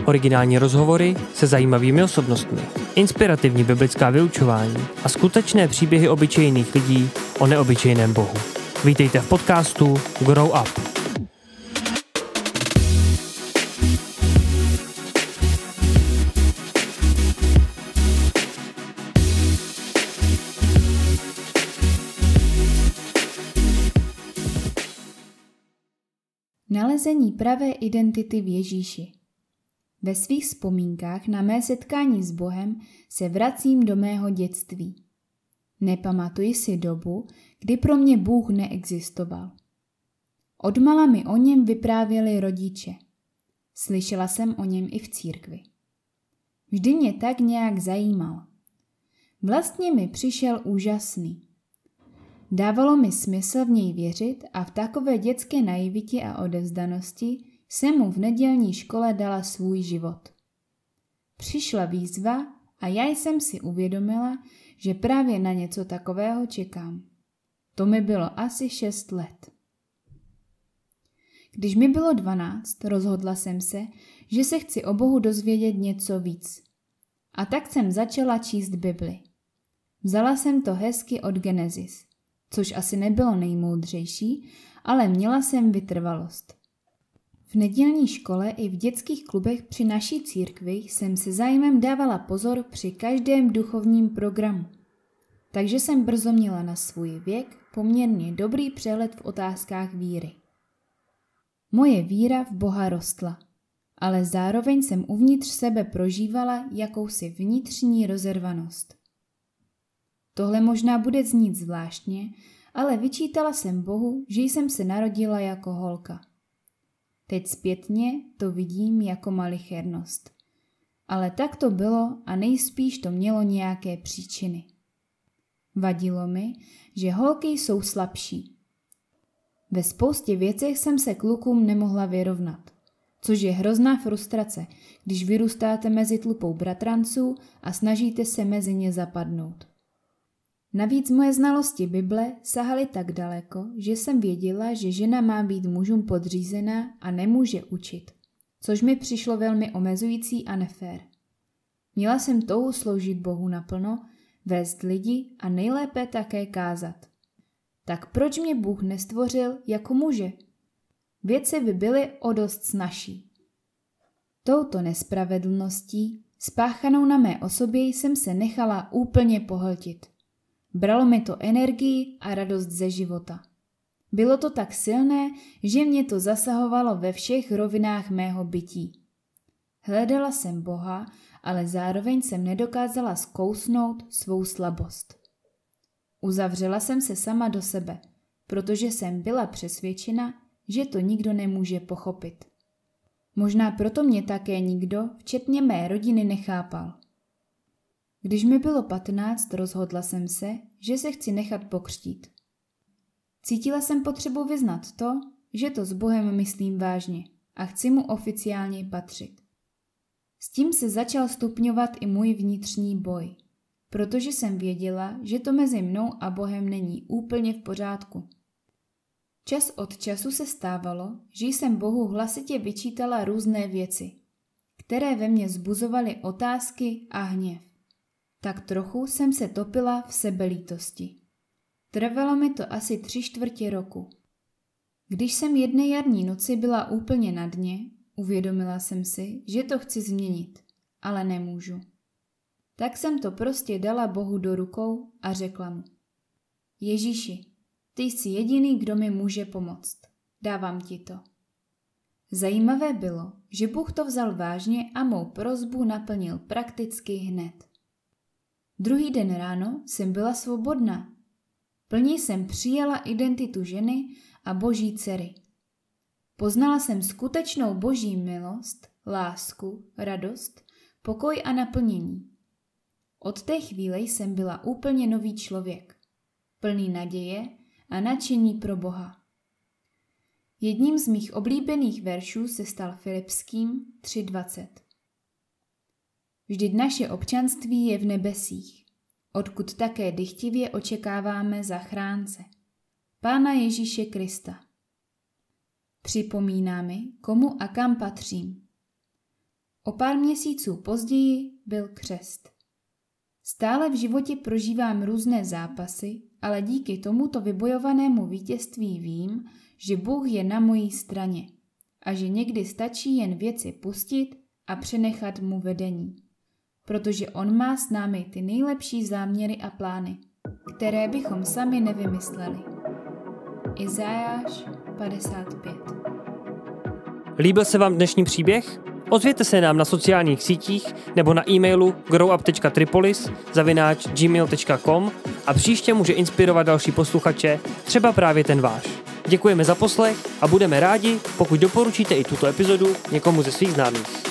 Originální rozhovory se zajímavými osobnostmi, inspirativní biblická vyučování a skutečné příběhy obyčejných lidí o neobyčejném Bohu. Vítejte v podcastu Grow Up. Nalezení pravé identity v Ježíši. Ve svých vzpomínkách na mé setkání s Bohem se vracím do mého dětství. Nepamatuji si dobu, kdy pro mě Bůh neexistoval. Odmala mi o něm vyprávěli rodiče. Slyšela jsem o něm i v církvi. Vždy mě tak nějak zajímal. Vlastně mi přišel úžasný. Dávalo mi smysl v něj věřit a v takové dětské naivitě a odevzdanosti jsem mu v nedělní škole dala svůj život. Přišla výzva a já jsem si uvědomila, že právě na něco takového čekám. To mi bylo asi 6 let. Když mi bylo 12, rozhodla jsem se, že se chci o Bohu dozvědět něco víc. A tak jsem začala číst Bibli. Vzala jsem to hezky od Genesis, což asi nebylo nejmoudřejší, ale měla jsem vytrvalost. V nedělní škole i v dětských klubech při naší církvi jsem se zájmem dávala pozor při každém duchovním programu. Takže jsem brzo měla na svůj věk poměrně dobrý přehled v otázkách víry. Moje víra v Boha rostla, ale zároveň jsem uvnitř sebe prožívala jakousi vnitřní rozervanost. Tohle možná bude znít zvláštně, ale vyčítala jsem Bohu, že jsem se narodila jako holka. Teď zpětně to vidím jako malichernost. Ale tak to bylo a nejspíš to mělo nějaké příčiny. Vadilo mi, že holky jsou slabší. Ve spoustě věcech jsem se klukům nemohla vyrovnat, což je hrozná frustrace, když vyrůstáte mezi tlupou bratranců a snažíte se mezi ně zapadnout. Navíc moje znalosti Bible sahaly tak daleko, že jsem věděla, že žena má být mužům podřízená a nemůže učit, což mi přišlo velmi omezující a nefér. Měla jsem touhu sloužit Bohu naplno, vést lidi a nejlépe také kázat. Tak proč mě Bůh nestvořil jako muže? Věci by byly o dost snazší. Touto nespravedlností, spáchanou na mé osobě, jsem se nechala úplně pohltit. Bralo mi to energii a radost ze života. Bylo to tak silné, že mě to zasahovalo ve všech rovinách mého bytí. Hledala jsem Boha, ale zároveň jsem nedokázala zkousnout svou slabost. Uzavřela jsem se sama do sebe, protože jsem byla přesvědčena, že to nikdo nemůže pochopit. Možná proto mě také nikdo, včetně mé rodiny, nechápal. Když mi bylo 15, rozhodla jsem se, že se chci nechat pokřtít. Cítila jsem potřebu vyznat to, že to s Bohem myslím vážně a chci mu oficiálně patřit. S tím se začal stupňovat i můj vnitřní boj, protože jsem věděla, že to mezi mnou a Bohem není úplně v pořádku. Čas od času se stávalo, že jsem Bohu hlasitě vyčítala různé věci, které ve mně vzbuzovaly otázky a hněv. Tak trochu jsem se topila v sebelítosti. Trvalo mi to asi 3/4 roku. Když jsem jedné jarní noci byla úplně na dně, uvědomila jsem si, že to chci změnit, ale nemůžu. Tak jsem to prostě dala Bohu do rukou a řekla mu: Ježíši, ty jsi jediný, kdo mi může pomoct. Dávám ti to. Zajímavé bylo, že Bůh to vzal vážně a mou prosbu naplnil prakticky hned. Druhý den ráno jsem byla svobodná. Plně jsem přijala identitu ženy a Boží dcery. Poznala jsem skutečnou Boží milost, lásku, radost, pokoj a naplnění. Od té chvíle jsem byla úplně nový člověk, plný naděje a nadšení pro Boha. Jedním z mých oblíbených veršů se stal Filipským 3:20. Vždyť naše občanství je v nebesích, odkud také dychtivě očekáváme zachránce, Pána Ježíše Krista. Připomíná mi, komu a kam patřím. O pár měsíců později byl křest. Stále v životě prožívám různé zápasy, ale díky tomuto vybojovanému vítězství vím, že Bůh je na mojí straně a že někdy stačí jen věci pustit a přenechat mu vedení. Protože on má s námi ty nejlepší záměry a plány, které bychom sami nevymysleli. Izajáš 55. Líbil se vám dnešní příběh? Ozvěte se nám na sociálních sítích nebo na e-mailu growup.tripolis@gmail.com a příště může inspirovat další posluchače, třeba právě ten váš. Děkujeme za poslech a budeme rádi, pokud doporučíte i tuto epizodu někomu ze svých známých.